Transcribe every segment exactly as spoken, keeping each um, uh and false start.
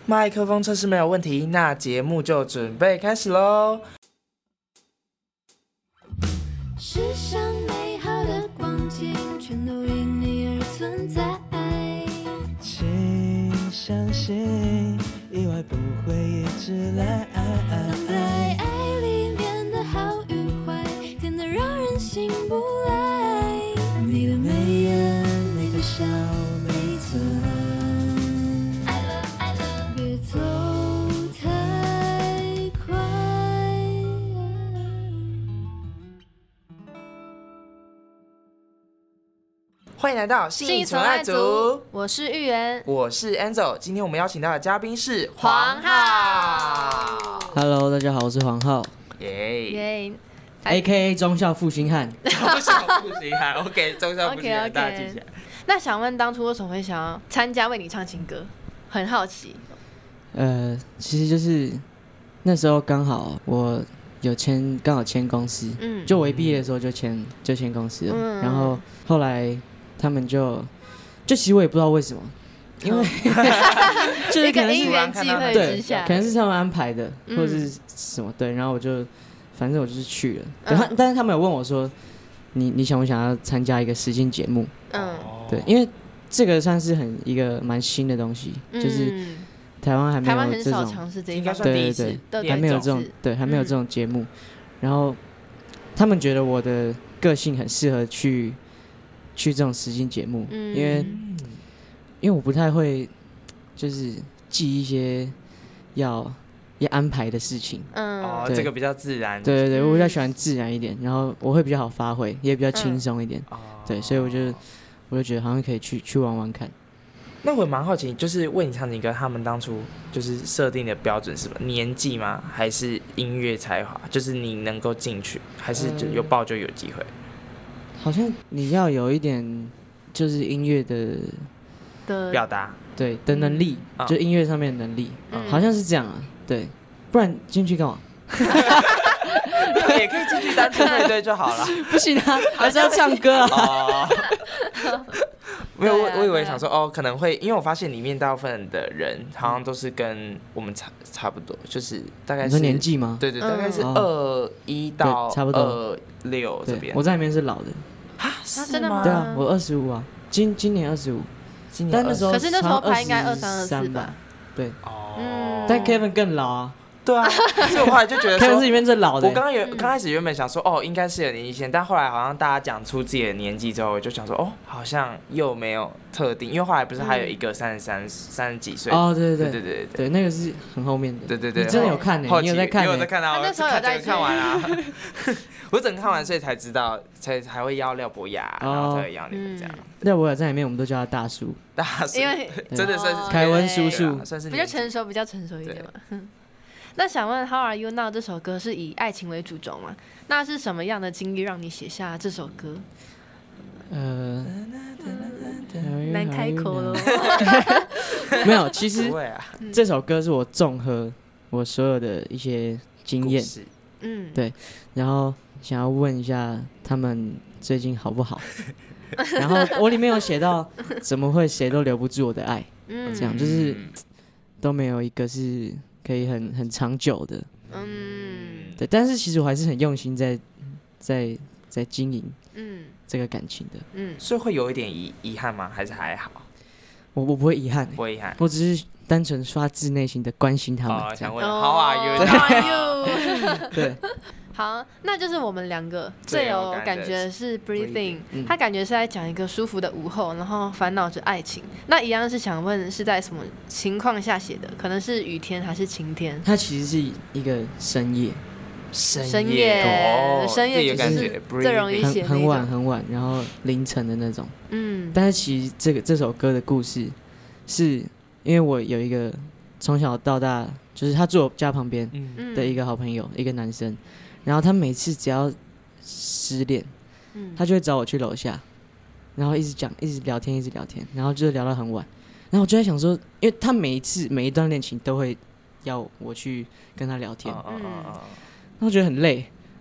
麦克风测试没有问题，那节目就准备开始喽。 世上美好的光景全都因你而存在， 请相信意外不会一直来， 藏在爱里面的好与坏甜得让人醒不来，你的眉眼那个小每寸，别走太快。 欢迎来到信纯爱组， 我是玉圆， 我是 Enzo。今天我们邀請到的嘉宾是黄浩。 Hello， 大家好，我是黄浩， 耶耶 A K A 中校复兴汉。 中校复兴汉 ，OK， 中校复兴汉， OK，OK 大家记起来。 那想问当初为什么会想要参加为你唱情歌？很好奇。 呃，其实就是那时候刚好我有签，刚好签公司， 嗯， 就我一毕业的时候就签就签公司了， 嗯然后后来他们就就其实我也不知道为什么，因为就是一个可能是因缘际会对之下， 可能是他们安排的， 嗯或者是什么对，然后我就反正我就是去了， 嗯对他但是他们有问我说，你你想不想要参加一个实境节目？ 嗯， 对，因为这个算是很一个蛮新的东西，就是嗯台湾还没台湾很少有这种， 尝试这一应该方面算第一次对对的还没有种这种对还没有这种节嗯目，然后他们觉得我的个性很适合去去这种实境节目， 嗯因为因为我不太会就是记一些要要安排的事情， 嗯哦， 对这个比较自然。 对对对， 嗯我比较喜欢自然一点，然后我会比较好发挥，也比较轻松一点， 哦对，所以我就我就觉得好像可以去去玩玩看。 那我蛮好奇，就是为你唱情歌，他们当初就是设定的标准是什么？年纪吗？还是音乐才华？就是你能够进去，还是就有报就有机会？ 好像你要有一点就是音乐的的表达对的能力， 嗯就音乐上面的能力， 嗯好像是这样啊，对，不然进去干嘛？ 也可以进去单纯配对就好了。 不行啊，还是要唱歌啊。 哦，没有，我对啊我以为对啊想说哦，可能会，因为我发现里面大部分的人好像都是跟我们差差不多，就是大概是你说年，纪吗？ 对对， 嗯大概是哦二一到对差不多二六这对边。， 我在里面是老的。 啊，是吗真的吗对啊，我二十五啊，今今年二十五， 今年但那时候可是那时候好像拍应该二三二四吧吧？？ 对， 哦嗯， 但 Kevin 更老啊对啊，所以我后来就觉得 ，Kevin 是说。 里面最老的我。刚刚有嗯刚开始原本想说哦，应该是有年纪线，但后来好像大家讲出自己的年纪之后，我就想说哦，好像又没有特定，因为后来不是还有一个三十三、三十几岁， 哦，对对对对对对对对，那个是很后面的。 对对对， 你真的有看呢？ 后期你有在看呢因为我在？看啊，我他那时候有看整在个看完啊，我整个看完，所以才知道，才才会邀廖博雅，然后才会邀你们这样。 廖博雅在里面，我们都叫他大叔， 大叔因为真的算是哦凯文叔对叔啊。算是比较年纪成熟，比较成熟一点嘛。那想问《How Are You Now》这首歌是以爱情为主轴吗？那是什么样的经历让你写下这首歌？ 呃， 难开口喽。 没有，其实不会啊， 这首歌是我综合我所有的一些经验故，事嗯， 对然后想要问一下他们最近好不好？然后我里面有写到，怎么会谁都留不住我的爱， 嗯这样就是嗯都没有一个是可以很很长久的， 嗯对。但是其实我还是很用心在在在经营嗯这个感情的， 嗯， 所以会有一点遗遗憾吗？还是还好？ 我我不会遗憾、 不会遗憾。 我只是单纯发自内心的关心他们， 哦， 这样想问 How are you？ How are you？ 对， 好，那就是我们两个最有最有感感觉的是 Breathing， 嗯他感觉是在讲一个舒服的午后，然后烦恼着爱情。那一样是想问是在什么情况下写的？可能是雨天还是晴天？ 它其实是一个深夜， 深深夜哦深夜自己有感就是觉最容易写那很很晚种很晚，然后凌晨的那种。 嗯但是其实这个这首歌的故事，是因为我有一个从小到大，就是他住我家旁边嗯嗯的一个好朋友，一个男生，然后他每次只要失恋， 嗯他就会找我去楼下，然后一直讲，一直聊天，一直聊天，然后就是聊到很晚。然后我就在想说，因为他每一次每一段恋情都会要我去跟他聊天， 嗯嗯嗯嗯然后觉得很累，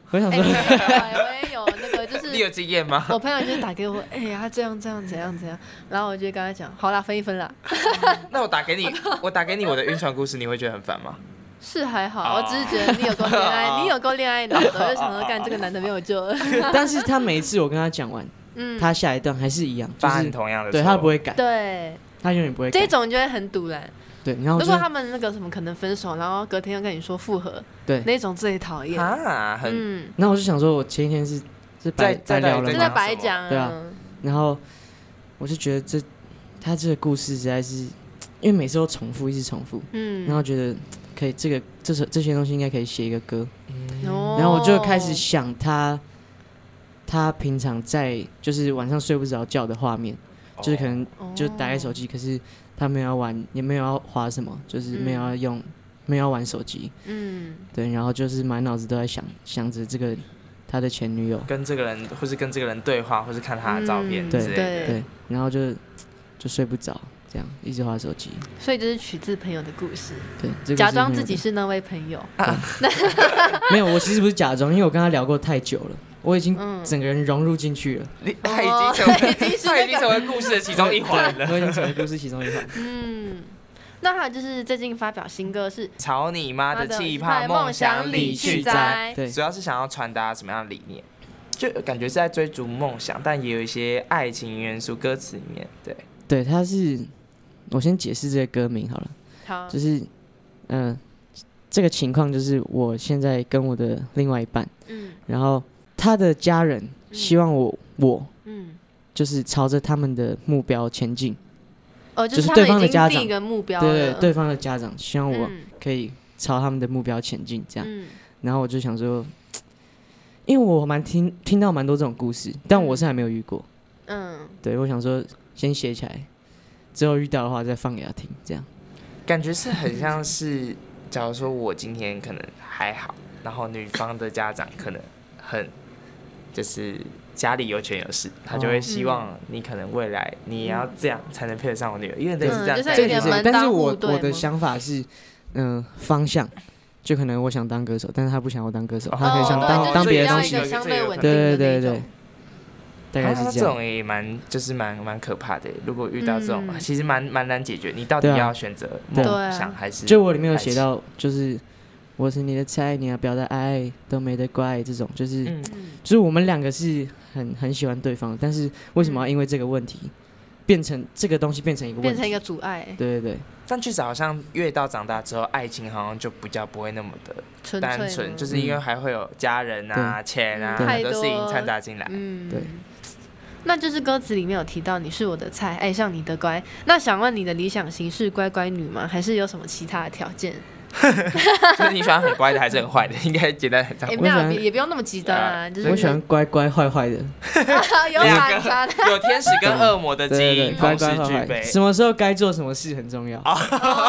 我想说， 哎、我也有那个，就是你有经验吗？ 我朋友就是打给我，哎、呀，他这样这样怎样怎样，然后我就跟他讲，好啦，分一分啦。 那我打给你，我打给你我的晕船故事，你会觉得很烦吗？ 是还好， 哦我只是觉得你有够恋爱，你有够恋爱脑的，我就想说干这个男的没有救了。 但是他每一次我跟他讲完， 嗯， 他下一段还是一样，就犯是同样的错， 对他不会改， 对他永远不会改。 这种就会很堵然。 对，然后就如果他们那个什么可能分手，然后隔天又跟你说复合， 对， 那种最讨厌。 啊，很嗯， 然后我就想说，我前一天是是白在在在白聊了吗？ 真的白讲啊。 对啊然后我就觉得这他这个故事实在是，因为每次都重复，一直重复， 嗯， 然后觉得可以这个这首这些东西应该可以写一个歌， 哦然后我就开始想他他平常在就是晚上睡不着觉的画面，就是可能就打开手机，可是他没有要玩，也没有要滑什么，就是没有要用，没有要玩手机， 嗯， 对，然后就是满脑子都在想想着这个他的前女友， 跟这个人，或是跟这个人对话，或是看他的照片嗯对之类的。 对对，然后就就睡不着，这样一直滑手机， 所以这是取自朋友的故事， 对，这个假是没有的装自己是那位朋友。 没有，我其实不是假装，因为我跟他聊过太久了，我已经嗯整个人融入进去了， 你他已经成为， 已经是他那个已经成为故事的其中一环了。 我已经成为故事其中一环。 嗯，那还有就是最近发表新歌是《 朝你妈的气泡梦梦想里去栽栽， 对， 主要是想要传达什么样的理念？就感觉是在追逐梦想，但也有一些爱情元素歌词里面。对， 对，他是，我先解释这个歌名好了， 好， 就是，嗯、这个情况就是我现在跟我的另外一半， 嗯然后他的家人希望我，我嗯， 就是朝着他们的目标前进， 哦， 就是对他们已方的家长经定一个目标对了， 对，对方的家长希望我嗯可以朝他们的目标前进，这样， 嗯然后我就想说，因为我蛮听听到蛮多这种故事，但我是还没有遇过， 嗯， 对我想说先写起来，之后遇到的话再放给他听，这样。 感觉是很像是，假如说我今天可能还好，然后女方的家长可能很，就是家里有权有势，他就会希望你可能未来你也要这样才能配得上我女儿，因为类似这样嗯就是概念这个是， 有点门但是我当户对吗我的想法是，嗯、方向，就可能我想当歌手，但是他不想我当歌手，他可以想哦当、 对当别的要东西， 一个相对稳定对的对对对那种， 大概啊是这样。 这种也蛮就是蛮蛮可怕的。如果遇到这种， 嗯其实蛮蛮难解决。你到底对啊要选择梦对啊想还是？ 就我里面有写，到，就是我是你的菜，你要表达爱都没得怪，这种就是、 嗯， 就是我们两个是很很喜欢对方，但是为什么要因为这个问题变成这个东西变成一个问题？ 变成一个阻碍， 对对对， 但确实好像越到长大之后，爱情好像就比较不会那么的纯粹单纯， 吗就是因为还会有家人啊、钱啊嗯很多太多事情掺杂进来。 嗯， 对。 那就是歌词里面有提到你是我的菜，爱上你的乖。那想问你的理想型是乖乖女吗？还是有什么其他的条件？ 就是你喜欢很乖的还是很坏的？应该简单很这样。 也没有我喜欢也也不用那么极端啊，就是我喜欢乖乖坏坏的， 有两个反差的。 有天使跟恶魔的基对对对，乖因同时乖坏坏， 具备。 什么时候该做什么事很重要。 哦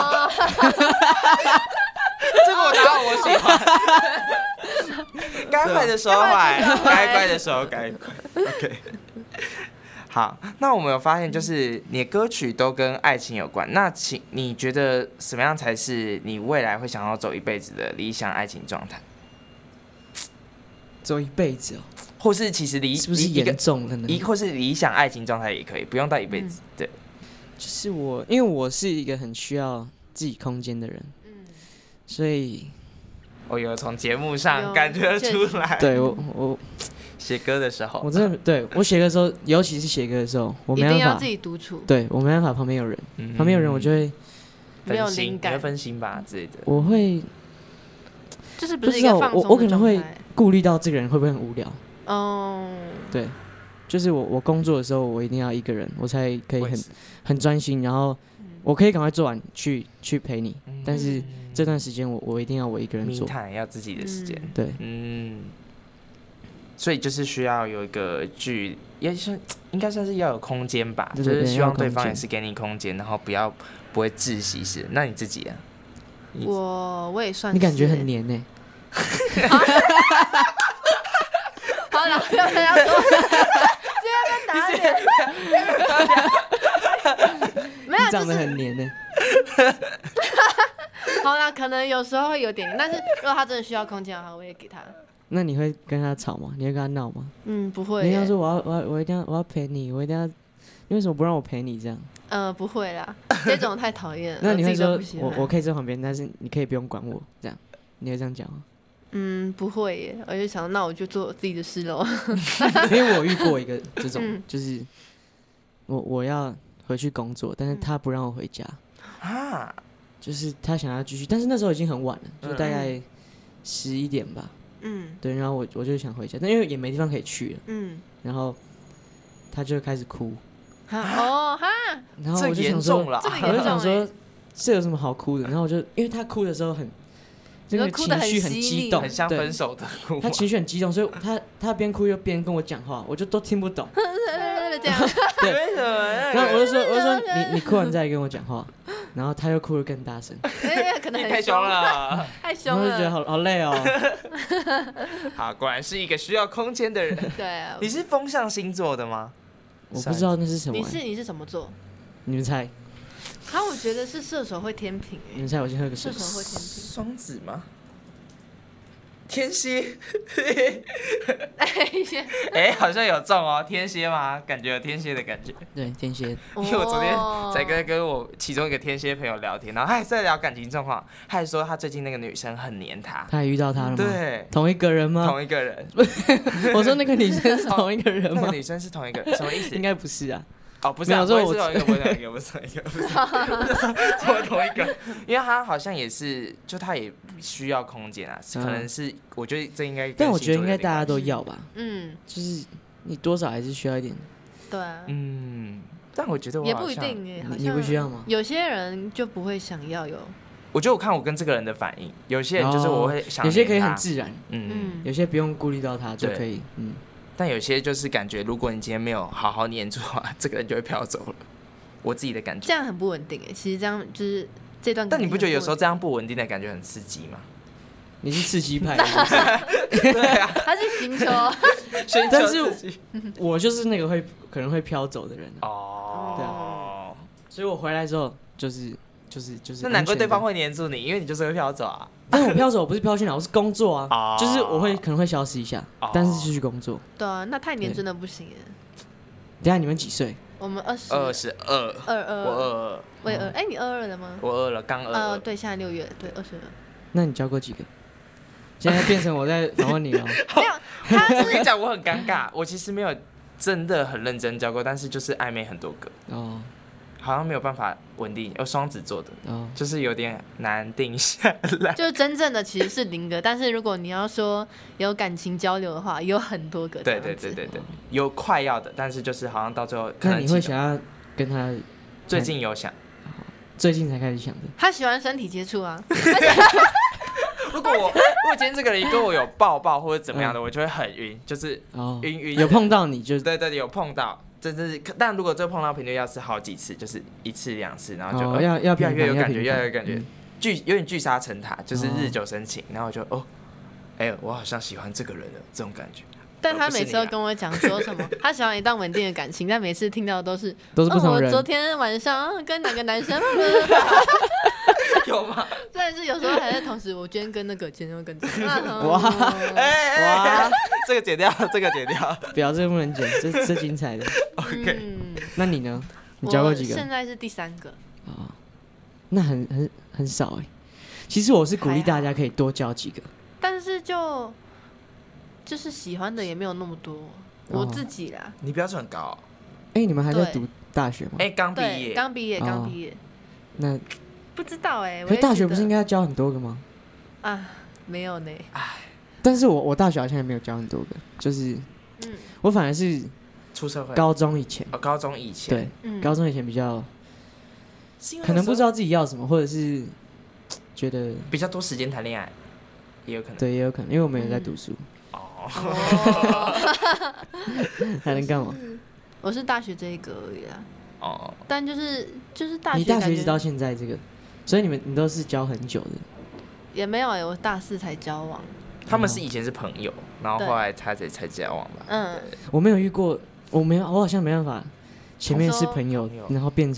这个我答案我喜欢。该坏的时候坏，该乖的时候该乖。OK。好，那我们有发现，就是你的歌曲都跟爱情有关。那请你觉得什么样才是你未来会想要走一辈子的理想爱情状态？ 走一辈子哦， 或是其实理是不是理一个严重了呢？ 一或是理想爱情状态也可以，不用到一辈子。对， 就是我，因为我是一个很需要自己空间的人， 嗯所以我有从节目上有感觉出来。 对我我写歌的时候， 我真的对我写歌的时候，尤其是写歌的时候，我一没办法定要自，己独处， 对我没办法旁边有人， 嗯旁边有人我就会没有分心， 灵感你会分心吧之类的。 我会就是不不知道是一个放松我我可能会的状态顾虑到这个人会不会很无聊， 哦， 对，就是我我工作的时候我一定要一个人，我才可以很我也是很专心，然后我可以赶快做完去去陪你， 嗯但是这段时间我我一定要我一个人密做， 探要自己的时间。 对， 嗯，所以就是需要有一个距，也是应该算是要有空间吧， 对对对就是希望要有空对方也间是给你空间，然后不要不会窒息式。那你自己啊？你我我也算是， 你感觉很黏呢、 好了，不要不要说，这样被打脸，没有， 你长得就是很黏呢、 好啦，可能有时候会有点，但是如果他真的需要空间的话，我也给他。 那你会跟他吵吗？你会跟他闹吗？ 嗯，不会耶。 你要说我要我要我一定要我要陪你，我一定要，你为什么不让我陪你这样？ 呃，不会啦，这种太讨厌了。 那你会说我我我可以在旁边，但是你可以不用管我，这样你会这样讲吗？ 嗯，不会耶，我就想那我就做我自己的事喽。 因为我遇过一个这种， 嗯就是我我要回去工作，但是他不让我回家， 啊， 就是他想要继续，但是那时候已经很晚了，就大概十一点吧。 嗯对，然后我我就想回家，但因为也没地方可以去了， 嗯， 然后他就开始哭， 哈哦哈， 然后这我就想说， 严重了， 这个我就严重想说欸这有什么好哭的？然后我就因为他哭的时候很，这个情你说哭得很绪很犀利激动， 很像对分手的哭他情绪很激动，所以他他边哭又边跟我讲话，我就都听不懂。 这样， 对为什么？ 然后我就说我就说你你哭完再跟我讲话，然后他又哭得更大声， 哎可能很你太凶，了。 太凶然后就觉得了。 好好累哦。 好，果然是一个需要空间的人。 对啊， 你是风象星座的吗？ 我不知道那是什么欸， 你是你是什么座？ 你们猜？ 他我觉得是射手会天平哎， 你们猜？我先喝个水射。手会天平。 双子吗？天蝎，哎、好像有中哦，天蝎吗？感觉有天蝎的感觉。 对，天蝎。 因为我昨天哦才跟跟我其中一个天蝎朋友聊天，然后他还在聊感情状况，他还说他最近那个女生很黏他。 他也遇到他了吗？， 对， 同一个人吗？ 同一个人。 我说那个女生是同一个人吗那个？女生是同一个，什么意思应？该不是啊。 哦，不是、啊，不没有说我会是同一个，不是同一个，不是同一个，不是同一个，怎么同一个？因为他好像也是，就他也需要空间啊，可能是，我觉得这应该跟但我觉得应该星座有点大家都关系。 要吧， 嗯， 就是你多少还是需要一点。 对啊， 嗯，但我觉得我也不一好像定哎，好你你像不需要吗？ 有些人就不会想要有， 我觉得我看我跟这个人的反应，有些人就是我会想、 哦有些可以很，自然， 嗯， 嗯， 有些不用顾虑到他就对可以。嗯， 但有些就是感觉，如果你今天没有好好黏住的话，这个人就会飘走了。我自己的感觉。 这样很不稳定哎。其实这样就是这段， 但你不觉得有时候这样不稳定的感觉很刺激吗？ 你是刺激派的是不是， 对啊， 他是寻求但是刺激我就是那个会可能会飘走的人啊， 哦， 所以我回来之后就是就是就是。 那难怪对方。会黏住你，因为你就是会飘走啊。 但我飘走，我不是飘去哪，我是工作啊， 哦就是我会可能会消失一下哦， 但是继续工作。 对啊，那太黏对真的不行哎。 等一下你们几岁？ 我们二十二十二， 二二， 我二二， 我也二，哎，你二二了吗？ 我二了，刚二呃， 二。 对，现在六月，对，二十二。 那你交过几个？现在变成我在访问你了。 没有，他我跟你讲，我很尴尬，我其实没有真的很认真交过，但是就是暧昧很多个， 哦好像没有办法稳定。有双子座的， 哦， 就是有点难定下来。 就是真正的其实是零个，但是如果你要说有感情交流的话，有很多个。 对对对对对，有快要的，但是就是好像到最后可那你会能几个想要跟他最近有想， 最近才开始想的？ 他喜欢身体接触啊， 如果我如果今天这个人跟我有抱抱或者怎么样的，我就会很晕，就是哦， 晕晕。 有碰到你就对对对，有碰到，这真是。但如果这个碰到频率要是好几次，就是一次两次，然后就、 哦呃要要频繁越来越有感觉， 频繁越来越有感觉嗯， 聚有点聚沙成塔，就是哦日久生情，然后我就哦，哎、呦，我好像喜欢这个人了，这种感觉。 但他每次都不是你啊跟我讲说什么，他想要一段稳定的感情，但每次听到的都是都是不哦， 同人。 我昨天晚上跟哪个男生， 有吗？ 但是有时候还在同时，我今天跟那个，今天又跟这个，啊哇哎哎、 哇， 这个剪掉，这个剪掉。 不要这个不能剪，这这精彩的。 OK，、 嗯， 那你呢？你交过几个？ 我现在是第三个， 啊，那很很很少哎。其实我是鼓励大家可以多交几个。 但是就就是喜欢的也没有那么多，我自己啦， 你标准很高、哦。 哎，你们还在对读大学吗？ 哎、刚毕对， 业， 刚毕业， 哦刚毕业， 那不知道哎， 可是大学不是应该该要交很多个吗？ 啊？没有呢， 但是我我大学好像也没有交很多个，就是嗯我反而是出社会， 高中以前， 哦，高中以前， 对， 嗯， 高中以前比较是因为可能不知道道自己要什么，或者是觉得比较多时间谈恋爱，也有可能。 对，也有可能，因为我们也在读书， 哦， 哦， 还能干嘛？ 我是大学这一个而已啦， 哦， 但就是就是大学你大学感觉一直到现在这个，所以你们你都是交很久的， 也没有哎，我大四才交往， 他们是以前是朋友，然后后来才才才交往吧。 嗯， 我没有遇过，我没有，我好像没办法，前面是朋友朋友， 然后变成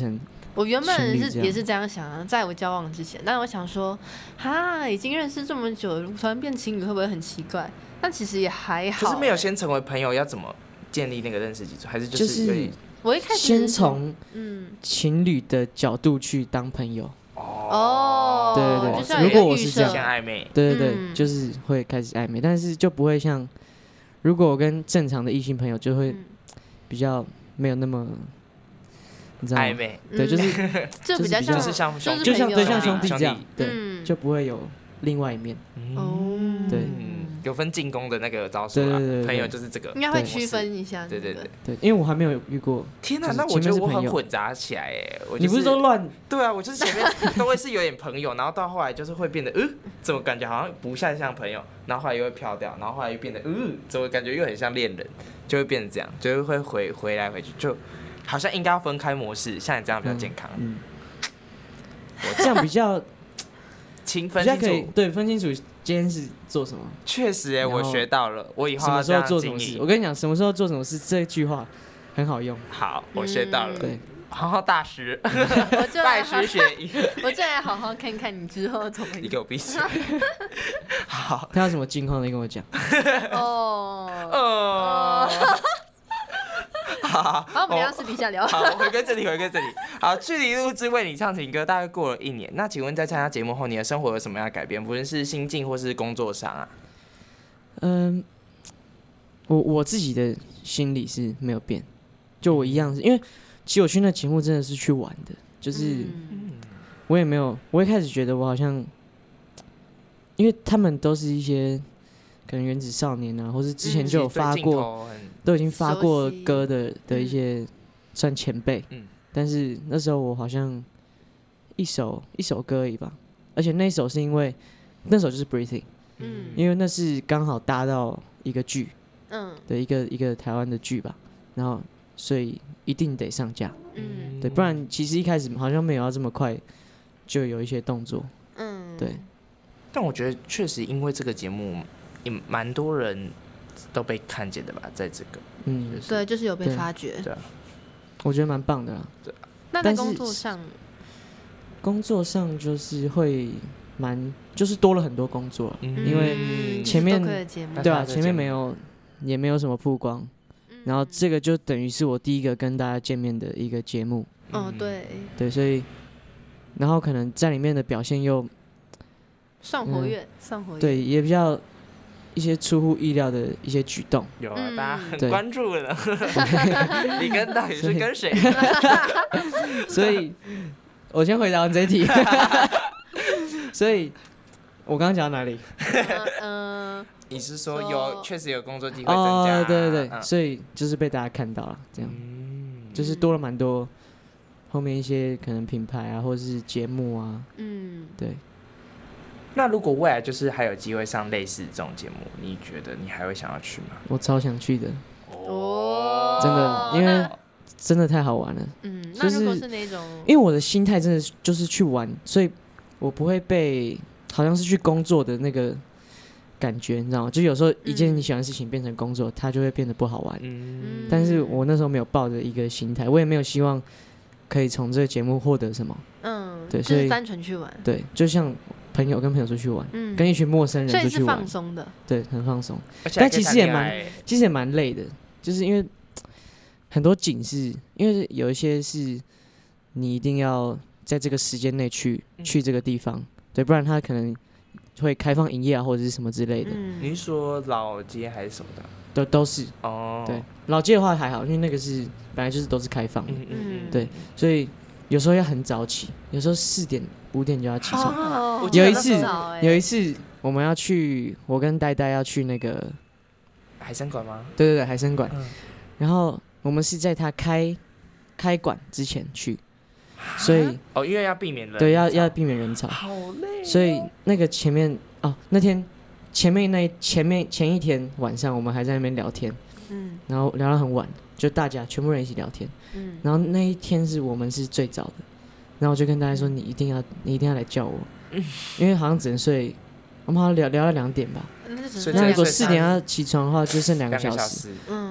我原本情侣这样是也是这样想啊，在我交往之前，但我想说，哈，已经认识这么久了，突然变情侣会不会很奇怪？但其实也还好、 可是没有先成为朋友，要怎么建立那个认识基础？还是就就是是我一开始先从嗯情侣的角度去当朋友。 哦， 对对对就是要有一如果个预设我是这样先暧昧， 对对对， 嗯就是会开始暧昧，但是就不会像如果我跟正常的异性朋友就会嗯比较没有那么，你知道吗？ 暧昧对，就是就比较像就是像兄弟， 就像对像朋友兄弟这样，对， 嗯就不会有另外一面。 哦， 对嗯，有分进攻的那个招数啊对对对对， 朋友就是这个应该会模式区分一下。 对对对， 对，因为我还没有遇过。 天哪， 就是那我觉得我很前面是朋友混杂起来哎，我就你不是都乱？ 对啊，我就是前面都会是有点朋友，然后到后来就是会变得，呃，怎么感觉好像不太像朋友，然后后来又会飘掉，然后后来又变得，呃，怎么感觉又很像恋人，就会变成这样，就会回回来回去，就好像应该要分开模式，像你这样比较健康， 嗯，我这样比较清分比较可以清楚。 对分清楚今天是做什么， 确实哎， 然后我学到了，我以后什么时候要这样经做什么事。我营。 跟你讲，什么时候做什么事这句话很好用。 好，我学到了。 对， 好好大师， 我就来拜师学艺， 我就来好好看看你之后怎么你给我闭嘴。好， 他有什么近况的跟我讲。 哦。 呃，好， 好，我们等一下私底下聊。 好，回归这里，回归这里。好，距离录制为你唱情歌大概过了一年，那请问在参加节目后，你的生活有什么样的改变？不论是心境或是工作上啊？ 嗯，我我自己的心理是没有变，就我一样是，因为其实我去那节目真的是去玩的，就是嗯我也没有，我一开始觉得我好像，因为他们都是一些可能原子少年啊，或是之前就有发对镜过， 头很都已经发过熟悉歌的的一些算前辈， 嗯但是那时候我好像一首一首歌而已吧，而且那一首是因为那首就是 Breathing， 嗯因为那是刚好搭到一个剧嗯的一个一个台湾的剧吧，然后所以一定得上架， 嗯对，不然其实一开始好像没有要这么快就有一些动作， 嗯， 对， 但我觉得确实因为这个节目，也蛮多人都被看见的吧，在这个， 嗯， 对，就是有被对发掘。 对啊， 我觉得蛮棒的啦。 那在但是工作上， 工作上就是会蛮，就是多了很多工作啦， 嗯因为嗯前面就是多亏了节目， 对啊， 那这个前面节目没有也没有什么曝光，然后这个就等于是我第一个跟大家见面的一个节目， 哦对， 对，所以然后可能在里面的表现又上活跃，上活跃， 对也比较一些出乎意料的一些举动， 有啊， 嗯大家很对关注了。你跟到底是跟谁？ 所以我先回答完这一题，所以我刚刚讲到哪里？ 嗯， 你是说说有确实有工作机会增加？ 哦，对对对， 嗯所以就是被大家看到了，这样嗯就是多了蛮多后面一些可能品牌啊，或者是节目啊， 嗯， 对。 那如果未来就是还有机会上类似这种节目，你觉得你还会想要去吗？ 我超想去的， 哦， 真的，因为那真的太好玩了。 嗯， 就是那如果是那种， 因为我的心态真的是就是去玩，所以我不会被好像是去工作的那个感觉，你知道吗？就有时候一件嗯你喜欢的事情变成工作，它就会变得不好玩。 嗯但是我那时候没有抱着一个心态，我也没有希望可以从这个节目获得什么。 嗯， 对所以就是单纯去玩， 对，就像朋友跟朋友出去玩， 嗯， 跟一群陌生所以是人出去玩放，松的， 对，很放松。 而且还可以但其实也蛮谈恋爱其实也蛮累的，就是因为很多景是，因为有一些是你一定要在这个时间内去、 嗯去这个地方，对，不然它可能会开放营业啊，或者是什么之类的， 嗯， 你是说老街还是什么的？ 都都是。 哦， 对，老街的话还好，因为那个是本来就是都是开放的， 嗯嗯嗯， 对所以有时候要很早起，有时候四点五点就要起床。 哦我记得那有一次时候有一次我们要去，我跟呆呆要去那个， 海参馆吗？ 对对对，海参馆， 嗯然后我们是在他开开馆之前去，所以哦，因为要避免人对要潮要避免人潮， 好累哦， 所以那个前面哦那天前面那前面前一天晚上我们还在那边聊天， 嗯然后聊到很晚，就大家全部人一起聊天， 嗯， 然后那一天是我们是最早的，然后我就跟大家说你一定要你一定要来叫我，因为好像只能睡，我们好像聊聊到两点吧， 那就只所以那如果这睡三四点要起床的话，就剩两个两个小时， 时， 嗯， 对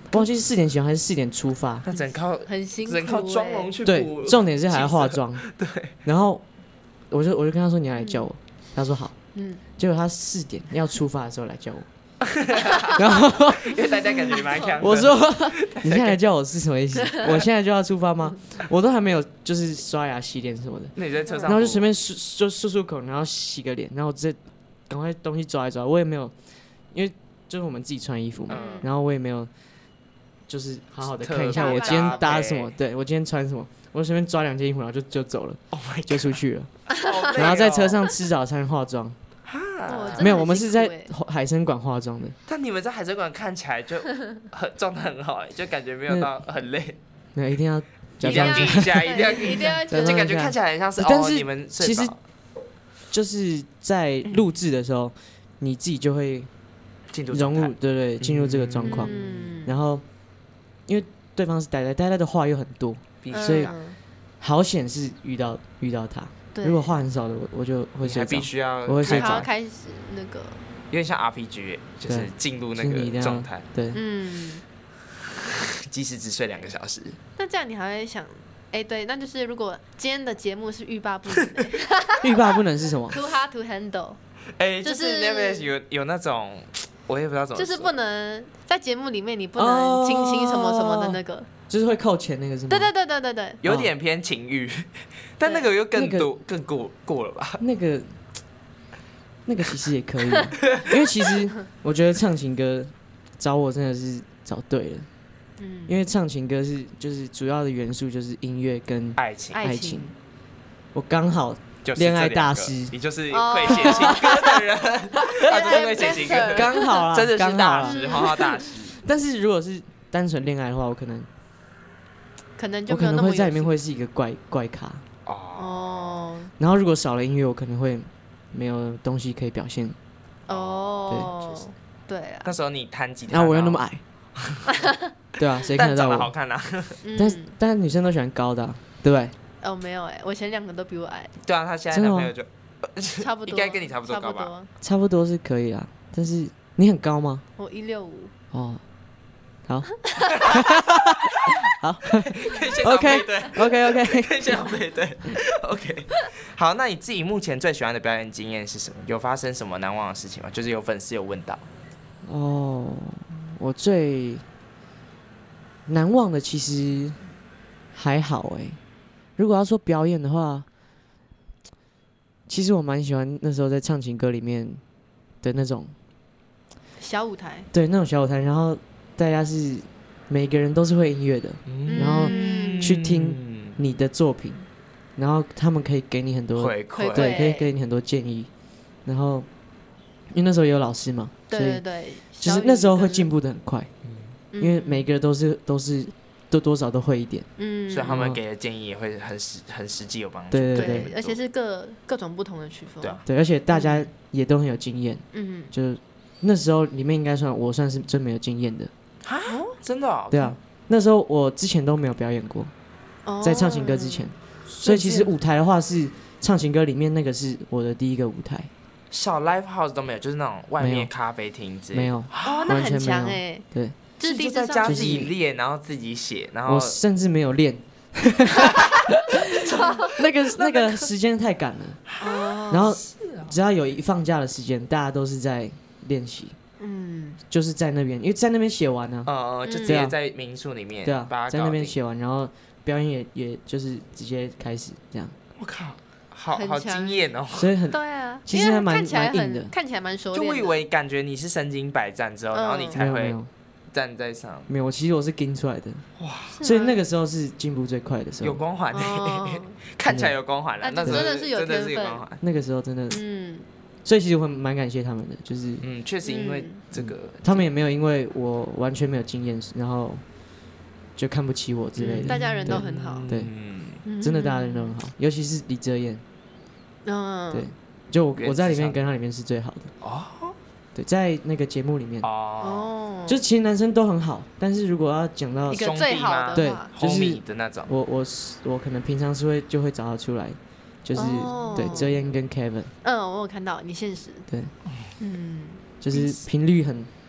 我忘记是四点起床还是四点出发。 那只能靠很辛苦、 只欸， 能靠妆容去对补， 重点是还要化妆。 对， 然后我就我就跟他说你要来叫我，他说好。 嗯， 结果他四点要出发的时候来叫我。然后因为大家感觉蛮强。 我说你现在来叫我是什么意思？我现在就要出发吗？我都还没有就是刷牙洗脸什么的， 那你在车上， 然后就随便漱就漱漱口，然后洗个脸，然后直接赶快东西抓一抓。我也没有，因为就是我们自己穿衣服嘛， 嗯然后我也没有就是好好的特看一下别我今天搭搭配什么，对我今天穿什么，我就随便抓两件衣服，然后就就走了， ，Oh my God， 就出去了。 好累哦然后在车上吃早餐化妆， 哦真的没有， 很我们是在辛苦欸海参馆化妆的。 但你们在海参馆看起来就很状态很好哎，就感觉没有到很累， 没有，一定要假一定要装硬一下，一定要对一硬一下， 定要觉得假装就感觉看起来很像是但是哦你们睡其实饱就是在录制的时候，你自己就会进入融入， 状态对对，进入这个状况。 嗯然后因为对方是呆呆，呆呆的话又很多， 必所以须啊嗯好险是遇到遇到他。 对如果话很少的，我我就会睡着你还必。须要我会睡着还要开始那个， 有点像 R P G，就是对进入那个就是你一定要状态， 对， 嗯， 即使只睡两个小时， 那这样你还会想，哎、对，那就是如果今天的节目是欲罢不能的欲罢不能是什么？ ，too hard to handle， 哎， 就就是是 Netflix 有有那种，我也不知道怎么说， 就是不能在节目里面你不能亲亲什么什么的那个， 就是会扣钱那个是吗？ 对对对对对对， 有点偏情欲，但那个又更那个多更过过了吧？ 那个那个其实也可以啊，因为其实我觉得唱情歌找我真的是找对了， 嗯， 因为唱情歌是就是主要的元素就是音乐跟爱情爱爱情情，我刚好就是恋爱这两个大师你就是哦会写情歌的人，他就是会写情歌的人， 刚好啦， 真的是刚好啦。 大师，花花大师。 但是如果是单纯恋爱的话，我可能可能就我没有那么可能会在里面有会是一个怪怪咖， 哦， 哦然后如果少了音乐，我可能会没有东西可以表现， 哦，对啊， 那时候你弹吉他， 然后我又那么然矮，对啊，谁看得到但长得好我？ 看啊。 但是嗯， 但是女生都喜欢高的啊，对不对？ 哦没有哎，我前两个都比我矮， 对啊，他现在真的吗男朋友就差不多， 应该跟你差不多差高吧？ 不多， 差不多是可以啦，但是你很高吗？ 我一六五， 哦，好可以现场 OK 配对， ，OK OK， 可以现场配对。OK，好，那你自己目前最喜欢的表演经验是什么？有发生什么难忘的事情吗？就是有粉丝有问到。 哦，我最难忘的其实还好哎。如果要说表演的话，其实我蛮喜欢那时候在唱情歌里面的那种， 小舞台， 对那种小舞台，然后大家是每个人都是会音乐的，然后嗯去听你的作品，然后他们可以给你很多回馈， 回馈对，可以给你很多建议，然后因为那时候也有老师嘛， 对所以对对， 就是那时候会进步， 步的很快， 嗯因为每个都是都是多多少都会一点， 嗯， 所以他们给的建议也会很实很实际有帮助。 对对对，而且是各各种不同的曲风， 对啊， 对，而且大家也都很有经验， 嗯， 就是那时候里面应该算我算是最没有经验的， 真的哦， 对啊，那时候我之前都没有表演过， 哦在唱情歌之前，所以其实舞台的话是唱情歌里面那个是我的第一个舞台， 小 live house 都没有，就是那种外没有面咖啡厅之类的。 没有， 哦，那很强哎， 对， 就是第一次在上去家自己练，然后自己写，然后我甚至没有练，那个那个时间太赶了， 哦， 然后只要有一放假的时间，大家都是在练习， 嗯， 就是在那边，因为在那边写完呢、 呃，呃就直对啊接在民宿里面对啊把，它在那搞定。 边写完，然后表演也也就是直接开始这样， 我靠，好好很强惊艳哦！ 所以很对啊，因为其实还蛮看起来蛮硬的很看起来蛮熟练的， 就我以为感觉你是身经百战之后，然后你嗯才会没有没有站在上， 没有，其实我是跟出来的， 是吗所以那个时候是进步最快的时候， 有光环哦， 看起来有光环了。 那那时候真的是有真的是天分有光环。 那个时候真的， 嗯， 所以其实我蛮感谢他们的，就是嗯，确实因为嗯这个， 他们也没有因为我完全没有经验，然后就看不起我之类的， 大家人都很好， 对嗯， 嗯真的大家人都很好，尤其是李哲彦， 嗯， 对，就我原我在里子上面跟他里面是最好的， 哦对，在那个节目里面， 哦， 哦， 就其实男生都很好，但是如果要讲到一个最好的对话， 就是 homie 的那种， 我我是我可能平常是会就会找他出来，就是、 哦对哲彦跟 Kevin， 嗯，我有看到你现实， 对， 嗯， 就是频率很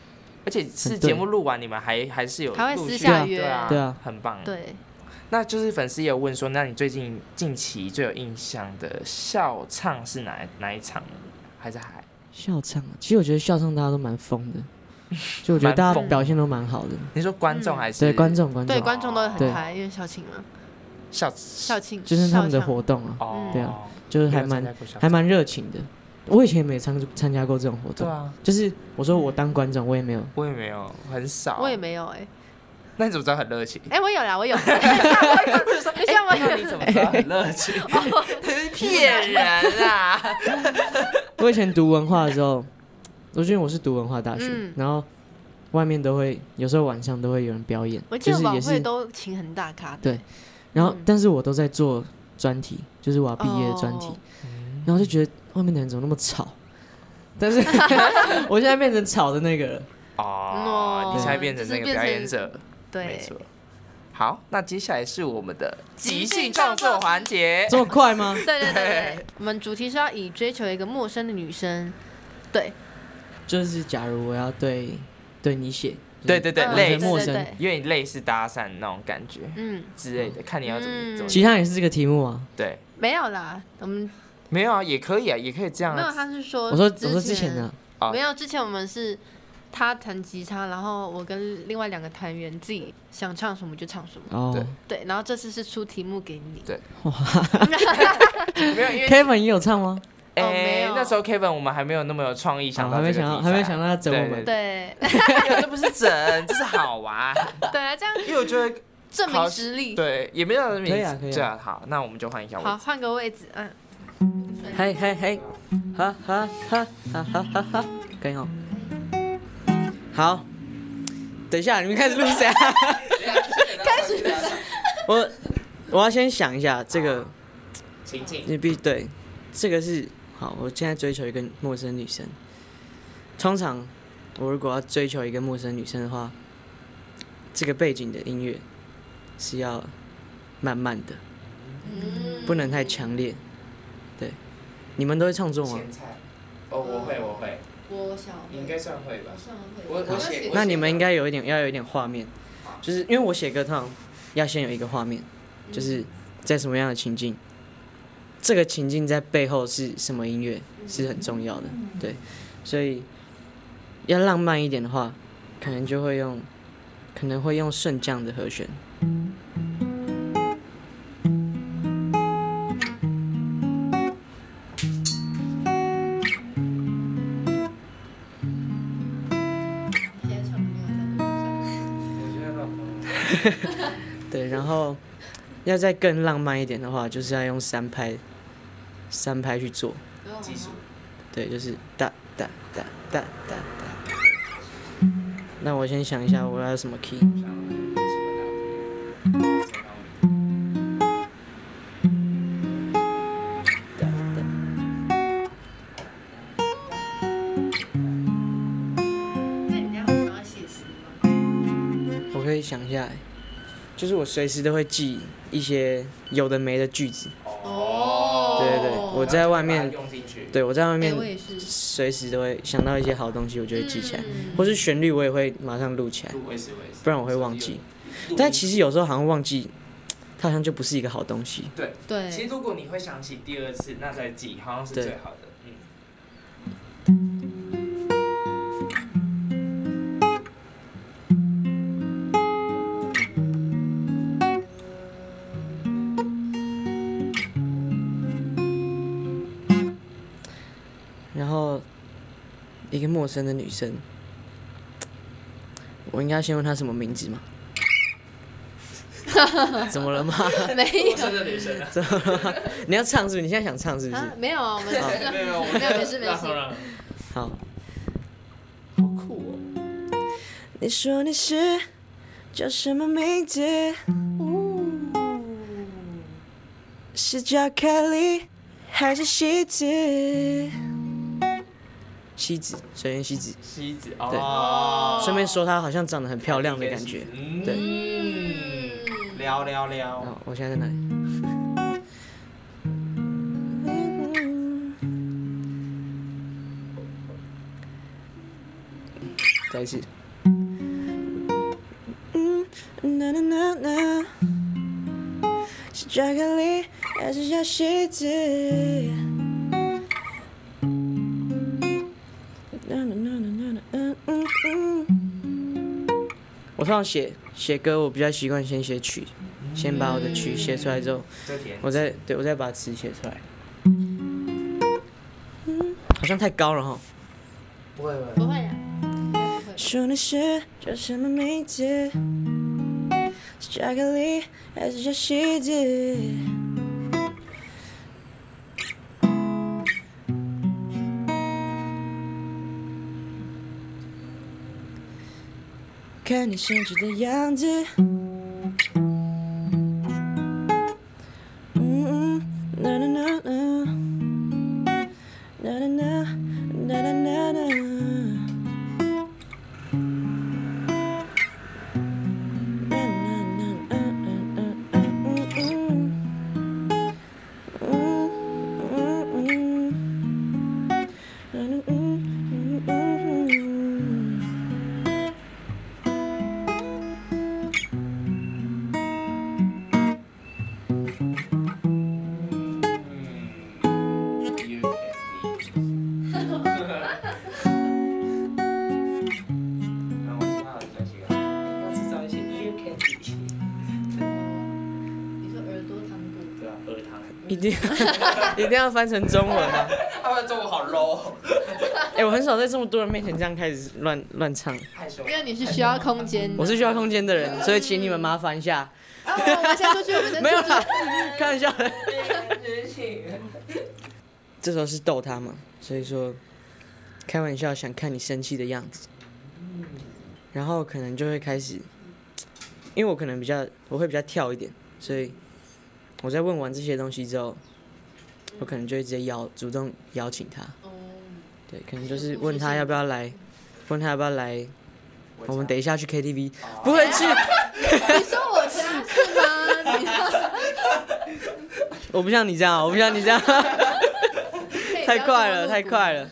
而且是节目录完，你们还还是有还会陆续私下约对啊， 对啊， 很棒。 对， 那就是粉丝也有问说，那你最近近期最有印象的笑唱是哪哪一场呢？还是还笑唱啊，其实我觉得笑唱大家都蛮疯的，就我觉得大家表现都蛮好的。 你说观众还是、 对观众观众对观众都对很嗨，因为校庆嘛， 笑校庆就是他们的校唱活动啊， 哦， 对啊就是还蛮没有参加过笑唱还蛮热情的。我以前也没参参加过这种活动， 对啊， 就是我说我当观众，我也没有。 我也没有，很少。 我也没有哎、 那你怎么知道很热情？ 哎、我有啦，我有。等一下我那你有。 怎么知道很热情？骗人啊！ 我以前读文化的时候，我觉得我是读文化大学， 嗯然后外面都会有时候晚上都会有人表演， 我记得晚会就是也是都请很大咖的。 对，然后、 嗯但是我都在做专题，就是我要毕业的专题， 哦然后就觉得外面的人怎么那么吵，但是我现在变成吵的那个了。 哦，你现在变成那个表演者，没对， 错。好，那接下来是我们的即兴创作环节。 这么快吗？ 对对对对，我们主题是要以追求一个陌生的女生，对， 就是假如我要对对你写， 对对对， 嗯类似， 陌生对对对因为你类似搭讪那种感觉嗯， 之类的，看你要怎么嗯怎么。 其他也是这个题目啊。 对， 没有啦，我们没有啊，也可以啊，也可以这样没有， 啊。 他是说， 我说我说之前的， 哦没有，之前我们是他弹吉他，然后我跟另外两个团员自己想唱什么就唱什么， 哦对对，然后这次是出题目给你， 对没有，因为 ，Kevin 也有唱吗？ 哦哎、 没有那时候 Kevin 我们还没有那么有创意，想哦还没到这个题材想到还没想到他整我们对没有，这不是整，这是好玩。 对啊，这样因为我觉得证明实力。 对，也没有证明可以啊可以啊对啊，好，那我们就换一下位置。 好，换个位置，嗯， 嘿嘿嘿，哈哈哈哈哈哈哈，可以哦。好，等一下，你们开始录谁啊？ 开始我我要先想一下这个， 情境， 你必对，这个是好。我现在追求一个陌生女生，通常我如果要追求一个陌生女生的话，这个背景的音乐是要慢慢的，不能太强烈。对，你们都会创作吗？ 前菜。哦，我会，我会， 我想你应该算会吧？ 算会， 我我写那你们应该有一点要有一点画面，就是因为我写歌通常要先有一个画面，就是在什么样的情境，这个情境在背后是什么音乐是很重要的，对，所以要浪漫一点的话，可能就会用，可能会用顺降的和弦。对，然后要再更浪漫一点的话，就是要用三拍，三拍去做。 技术。 对，就是哒哒哒哒哒哒。那我先想一下，我要什么 key？哒哒。 那你要想要写词吗？ 我可以想一下欸，就是我随时都会记一些有的没的句子。 哦对对对，我在外面， 用进去。 对我在外哎面我也是， 随时都会想到一些好东西，我就会记起来， 嗯或是旋律我也会马上录起来， 我也是，我也是。 不然我会忘记。但其实有时候好像忘记，它好像就不是一个好东西。 对， 对， 其实如果你会想起第二次，那再记，好像是对最好的。嗯。 然后一个陌生的女生，我应该先问她什么名字吗？怎么了吗？ 没有的女生啊。 怎么了吗？你要唱是不是？你现在想唱是不是？ 啊，没有啊，我们好没有， 没有没事没事好。 好酷哦。 你说你是叫什么名字？是叫凯莉还是西子？西子，水原希子。 西子对哦。 顺便说她好像长得很漂亮的感觉。对。 嗯，聊聊聊。 哦，我现在在哪里？再一次。 na na na na， 是巧克力还是小西子？我通常写写歌，我比较习惯先写曲，先把我的曲写出来之后，我再对我再把词写出来。好像太高了哈。 不会不会呀。 说你是叫什么名字？是巧克力还是小西子？看你生气的样子，嗯嗯，啦啦啦啦，啦啦啦，啦啦啦啦。一定一定要翻成中文啊！ 他们中文好 low。 哎、欸，我很少在这么多人面前这样开始乱乱唱。 因为你是需要空间的。 我是需要空间的人，所以请你们麻烦一下。 啊，我们先出去，我们先出去。 没有啦，开玩笑的。这时候是逗他嘛，所以说开玩笑，想看你生气的样子，然后可能就会开始，因为我可能比较我会比较跳一点，所以我在问完这些东西之后，我可能就会直接邀主动邀请他，对，可能就是问他要不要来，问他要不要来，我们等一下去 K T V， 不会去。 你说我家是吗？你我不像你这样，我不像你这样。太快了，太快了。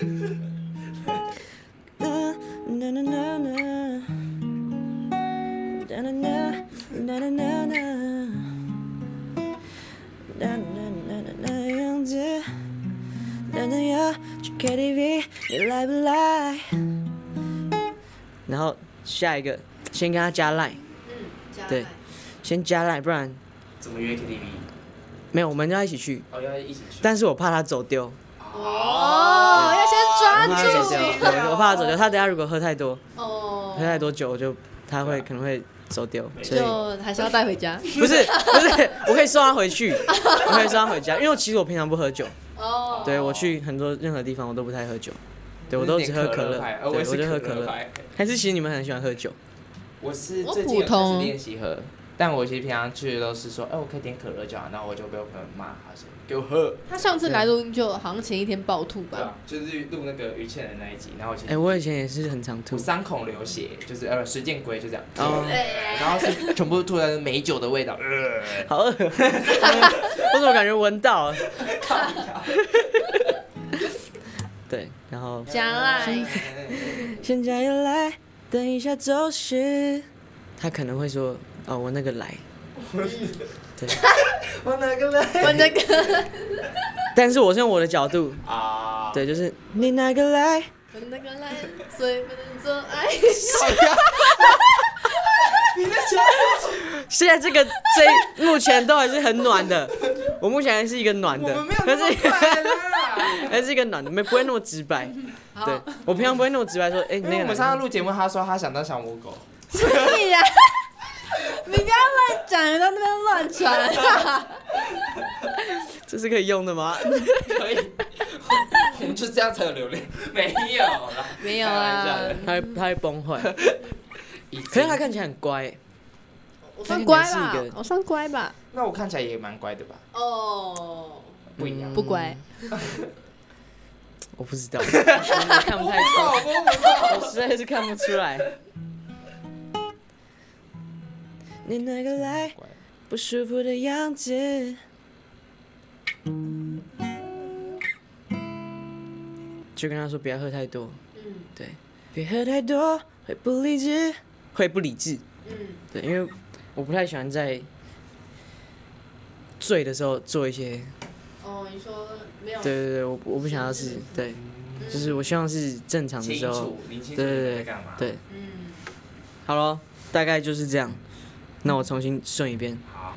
然后下一个，先跟他加 line， 嗯，加对，先加 line， 不然怎么约 K T V？ 没有，我们要一起去。 哦，要一起去。 但是我怕他走丢。 哦，要先抓我怕他走丢， 住。 对，我怕他走丢。他等下如果喝太多， 哦， 喝太多酒，我就他会可能会走丢，所以就还是要带回家。 不是不是，我可以送他回去，我可以送他回家，因为我其实我平常不喝酒。 哦， 对，我去很多任何地方我都不太喝酒，对我都只喝可乐，对，我就喝可乐。还是其实你们很喜欢喝酒？ 我是最近有开始练习喝，但我其实平常去的都是说，哎、欸，我可以点可乐就好，然后我就被我朋友骂，他说给我喝。 他上次来录音就好像前一天暴吐吧？ 对啊，就是录那个于倩的那一集，然后我哎、欸，我以前也是很常吐， 三孔流血，就是呃水箭龟就这样， 哦， 然后是全部吐在美酒的味道，呃， 好饿，我怎么感觉闻到了？对，然后加来， 先加油来，等一下走时，他可能会说，哦，我那个来，对， 我那个来， 我那个， 但是我是用我的角度啊， 对，就是你那个来， 我那个来，虽不能做爱。 你在讲现在这个这目前都还是很暖的，我目前还是一个暖的， 我们没有那么快啦， 还是一个暖的，没不会那么直白。对，我平常不会那么直白说，哎、欸，你那个。 因为我们上次录节目，他说他想当小母狗。 屁呀！你不要乱讲，你在那边乱传。 这是可以用的吗？ 可以，我们就这样才有流量。没有啦， 没有啊， 他会他会崩坏。可是他看起来很乖， 我算乖吧他看起来是一，个我算乖吧。 那我看起来也蛮乖的吧？ 哦， 不一样， 不乖。 我不知道，我看不太出来，我实在是看不出来。你那个来不舒服的样子，就跟他说不要喝太多， 嗯对，别喝太多会不理智，会不理智， 嗯， 对，因为我不太喜欢在醉的时候做一些。 哦，你说没有？ 对对对，我我不想要是对，就是我希望是正常的时候。 你清楚对对你在干嘛？ 对， 嗯， 好咯，大概就是这样。那我重新顺一遍。 好。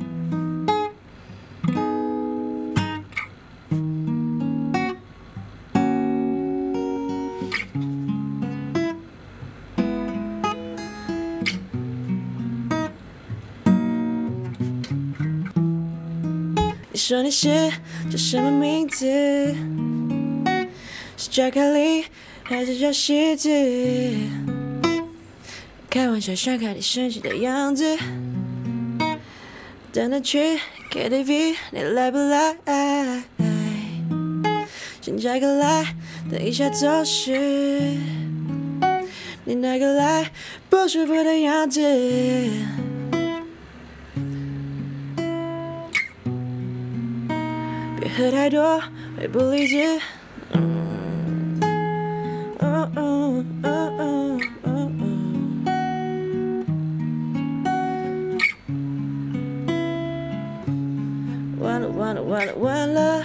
你说你是叫什么名字？是叫凯莉还是叫西子？开玩笑想看你生气的样子。等等去 K T V， 你来不来？先加个来，等一下走时，你那个来不舒服的样子。别喝太多，会不理智。嗯嗯嗯嗯嗯嗯嗯。完了完了完了完了。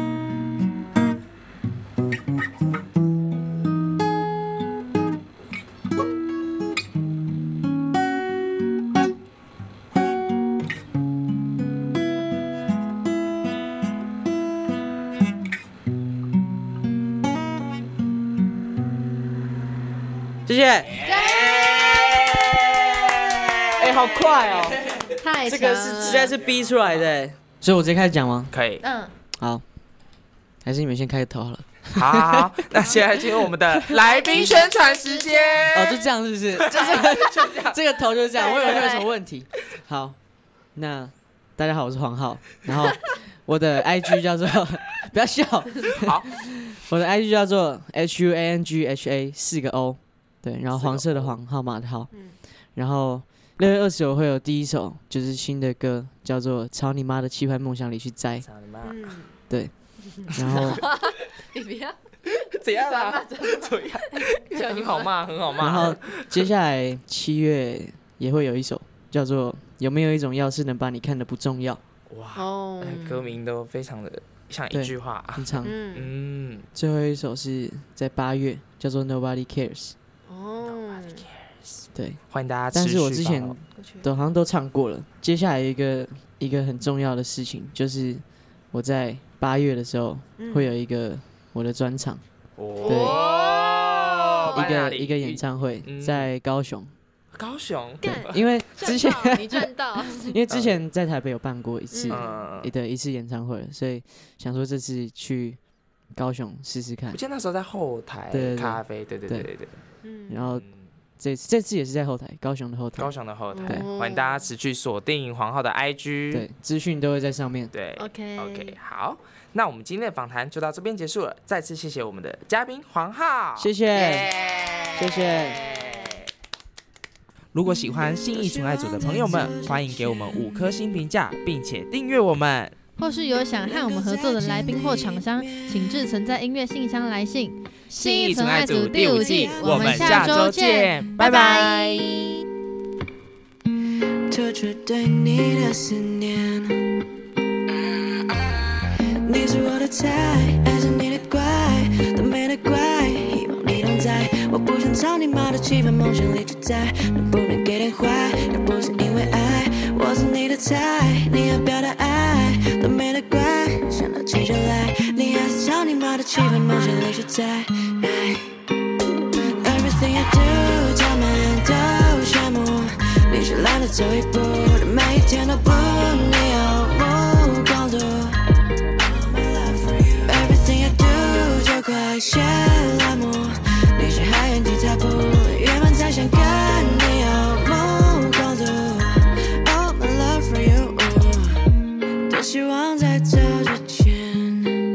谢谢。哎，好快哦！ 太这个是实在是逼出来的，所以我直接开始讲吗？ 可以。 嗯， 好，还是你们先开头好了。 好好好，那现在进入我们的来宾宣传时间。 哦，就这样是不是？就是这个头就是这样，我以为会有什么问题。好，那大家好，我是黄浩，然后我的 I G 叫做不要笑， 好， 我的 I G 叫做 H U A N G H A 四个 O， 对，然后黄色的黄，号码的号，然后六月二十我会有第一首就是新的歌，叫做《朝你妈的奇幻梦想里去栽》， 嗯， 对，然后你不要怎样啦？怎样？很好骂，很好骂。 然后接下来七月也会有一首叫做《有没有一种药是能把你看得不重要》， 哇， 哦， 歌名都非常的像一句话。 很长。 嗯， 嗯， 最后一首是在八月，叫做 Nobody Cares。 哦， 对， 欢迎大家但持续是我之前 follow 都好像都唱过了。接下来一个一个很重要的事情，就是我在八月的时候会有一个我的专场， 哦， 一在哪里个一个演唱会嗯在高雄。 高雄， 对，因为之前赚到你赚到， 因为之前在台北有办过一次嗯， 的一次演唱会，所以想说这次去高雄试试看我。记得那时候在后台对对对咖啡，对对对对对。 嗯， 然后这次这次也是在后台，高雄的后台高。雄的后台， 对欢迎大家持续锁定黄浩的 I G。 对，资讯都会在上面。 对 OK OK， 好，那我们今天的访谈就到这边结束了。再次谢谢我们的嘉宾黄浩， 谢谢。 耶谢谢。 如果喜欢信义纯爱组的朋友们，欢迎给我们五颗星评价，并且订阅我们。 或是有想和我们合作的来宾或厂商，请至存在音乐信箱来信。 信义纯爱组第五季，我们下周见，拜拜拜。 拜。 拖着对你的思念，你是我的菜，爱上你的怪，都没得怪，希望你同在。我不想朝你妈的期盼梦想里去栽，能不能给点坏？要不是因为爱，我是你的菜，你要表达爱，都没得怪，想到气就来，你还是朝你妈的期盼梦想里去栽。Everything I do， 他们都羡慕，你却懒得走一步，每一天都不你有目共睹。Everything I do， 就快谢了幕，你却还原地踏步，原本才想跟你有目共睹。Oh my love for you， 多希望在走之前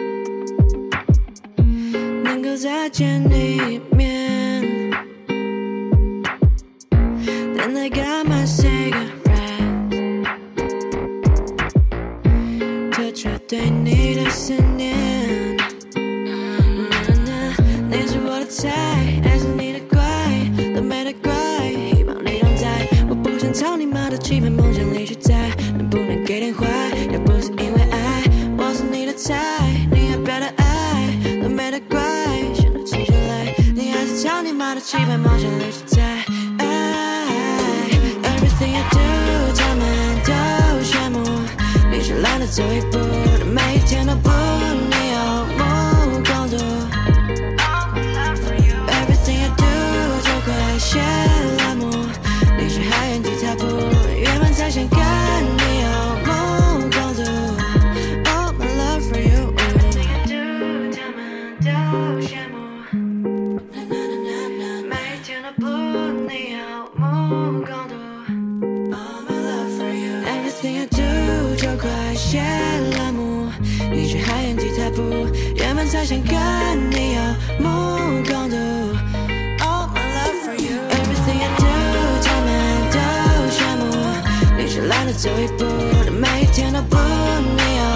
能够再见你一面。Then I got my cigarette， 拖着对你的思念。你是我的菜，爱上你的怪，都没得怪，希望你同在。我不想操你妈期盼梦想里去摘，能不能给点坏？要不是因为爱，我是你的菜，你要表达爱都没得怪，先都停下来，你还是操你妈的期盼梦想里去摘。Everything I do， 他们都羡慕，你却懒得走一步，每一天都不你有目共睹。Everything I do， 就快写栏目，你却还原地踏步，原本才想跟你有目共睹。Oh my love for you。Everything I do， 他们都羡慕，每一天都不你有目共睹。Everything I do， 就快写栏目，你却还原地踏步，原本才想跟你有目共睹。All my love for you。Everything I do， 他们都羡慕，你却懒得走一步，每一天都不你有